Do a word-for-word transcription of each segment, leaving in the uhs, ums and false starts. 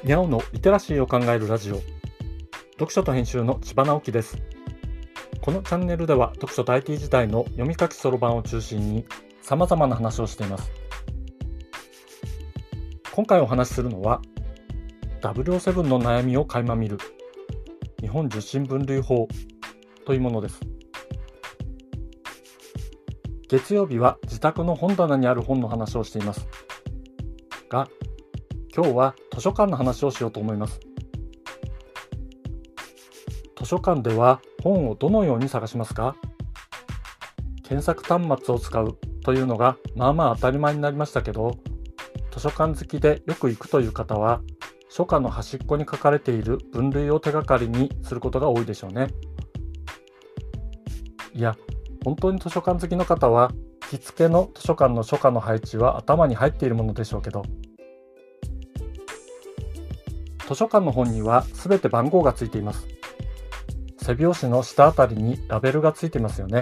にゃおのリテラシーを考えるラジオ、読書と編集の千葉直樹です。このチャンネルでは読書と アイティー 時代の読み書きそろばんを中心に様々な話をしています。今回お話しするのはダブルオーセブンの悩みを垣間見る日本受信分類法というものです。月曜日は自宅の本棚にある本の話をしていますが、今日は図書館の話をしようと思います。図書館では本をどのように探しますか？検索端末を使うというのがまあまあ当たり前になりましたけど、図書館好きでよく行くという方は書架の端っこに書かれている分類を手がかりにすることが多いでしょうね。いや、本当に図書館好きの方は行きつけの図書館の書架の配置は頭に入っているものでしょうけど、図書館の本にはすべて番号がついています。背表紙の下あたりにラベルがついていますよね。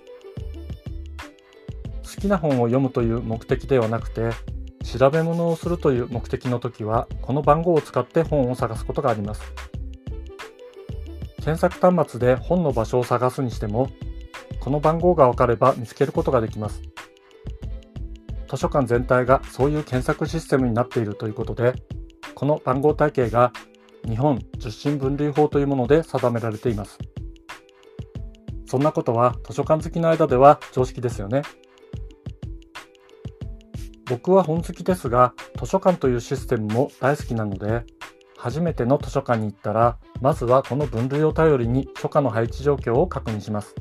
好きな本を読むという目的ではなくて、調べ物をするという目的の時はこの番号を使って本を探すことがあります。検索端末で本の場所を探すにしても、この番号が分かれば見つけることができます。図書館全体がそういう検索システムになっているということで、この番号体系が日本受信分類法というもので定められています。そんなことは図書館好きの間では常識ですよね。僕は本好きですが、図書館というシステムも大好きなので、初めての図書館に行ったら、まずはこの分類を頼りに書架の配置状況を確認します。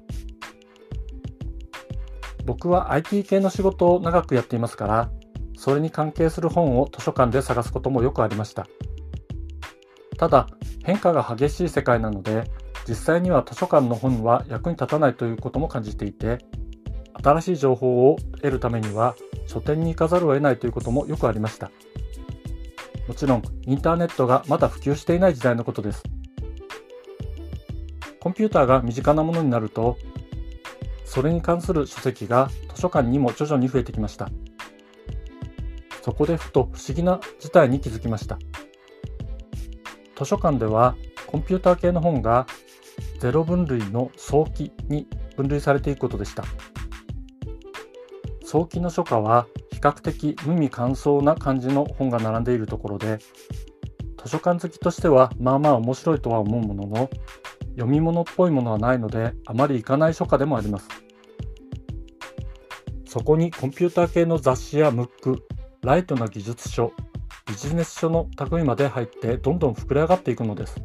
僕は アイティー 系の仕事を長くやっていますから、それに関係する本を図書館で探すこともよくありました。ただ、変化が激しい世界なので、実際には図書館の本は役に立たないということも感じていて、新しい情報を得るためには書店に行かざるを得ないということもよくありました。もちろん、インターネットがまだ普及していない時代のことです。コンピューターが身近なものになると、それに関する書籍が図書館にも徐々に増えてきました。そこでふと不思議な事態に気づきました。図書館ではコンピューター系の本がゼロ分類の早期に分類されていくことでした。早期の書架は比較的無味乾燥な感じの本が並んでいるところで、図書館好きとしてはまあまあ面白いとは思うものの、読み物っぽいものはないのであまり行かない書架でもあります。そこにコンピューター系の雑誌やムック、ライトな技術書、ビジネス書の類まで入ってどんどん膨れ上がっていくのです。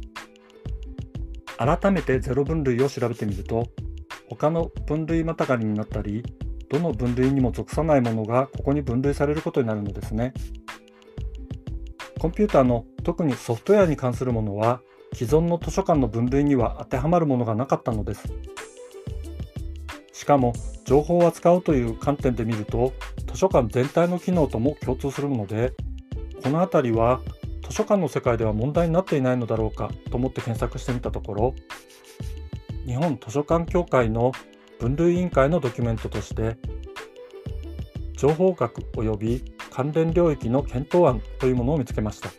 改めてゼロ分類を調べてみると、他の分類またがりになったり、どの分類にも属さないものがここに分類されることになるのですね。コンピューターの特にソフトウェアに関するものは、既存の図書館の分類には当てはまるものがなかったのです。しかも、情報を扱うという観点で見ると、図書館全体の機能とも共通するので、このあたりは図書館の世界では問題になっていないのだろうかと思って検索してみたところ、日本図書館協会の分類委員会のドキュメントとして、情報学及び関連領域の検討案というものを見つけました。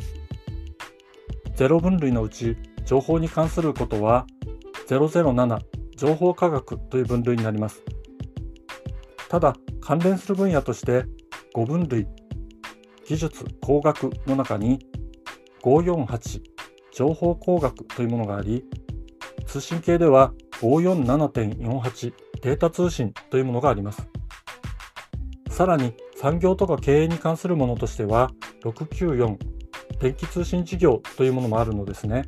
ゼロ分類のうち情報に関することはゼロゼロなな情報科学という分類になります。ただ関連する分野としてご分類技術工学の中にごーよんはち情報工学というものがあり、通信系では ごーよんななてんよんはち データ通信というものがあります。さらに産業とか経営に関するものとしてはろくきゅうよん電気通信事業というものもあるのですね。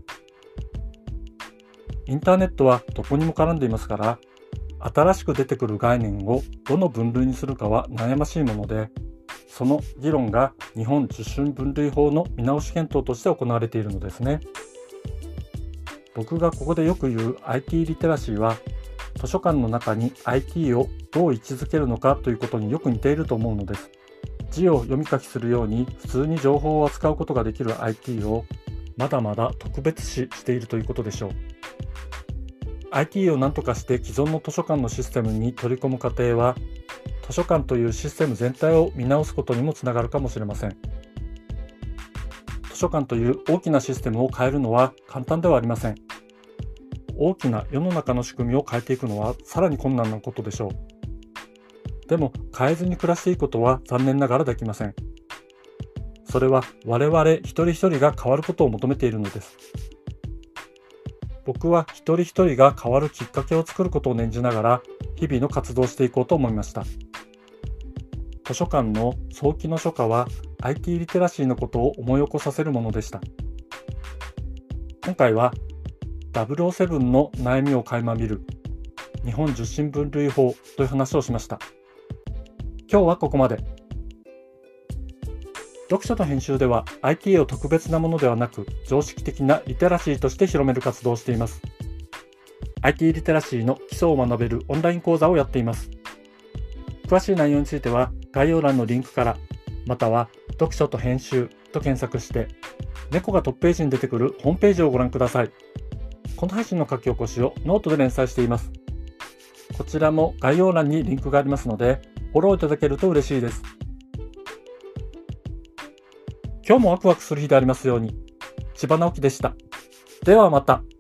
インターネットはどこにも絡んでいますから、新しく出てくる概念をどの分類にするかは悩ましいもので、その議論が日本受信分類法の見直し検討として行われているのですね。僕がここでよく言う アイティー リテラシーは、図書館の中に アイティー をどう位置づけるのかということによく似ていると思うのです。字を読み書きするように普通に情報を扱うことができる アイティー をまだまだ特別視しているということでしょう。アイティー を何とかして既存の図書館のシステムに取り込む過程は、図書館というシステム全体を見直すことにもつながるかもしれません。 図書館という大きなシステムを変えるのは簡単ではありません。大きな世の中の仕組みを変えていくのはさらに困難なことでしょう。でも変えずに暮らしていくことは残念ながらできません。それは我々一人一人が変わることを求めているのです。僕は一人一人が変わるきっかけを作ることを念じながら日々の活動をしていこうと思いました。図書館の早期の書家は アイティー リテラシーのことを思い起こさせるものでした。今回はダブルオーセブンの悩みを垣間見る日本受信分類法という話をしました。今日はここまで。読書と編集では アイティー を特別なものではなく常識的なリテラシーとして広める活動をしています。アイティー リテラシーの基礎を学べるオンライン講座をやっています。詳しい内容については概要欄のリンクからまたは読書と編集と検索して猫がトップページに出てくるホームページをご覧ください。この配信の書き起こしをノートで連載しています。こちらも概要欄にリンクがありますのでフォローいただけると嬉しいです。今日もワクワクする日でありますように。千葉直樹でした。ではまた。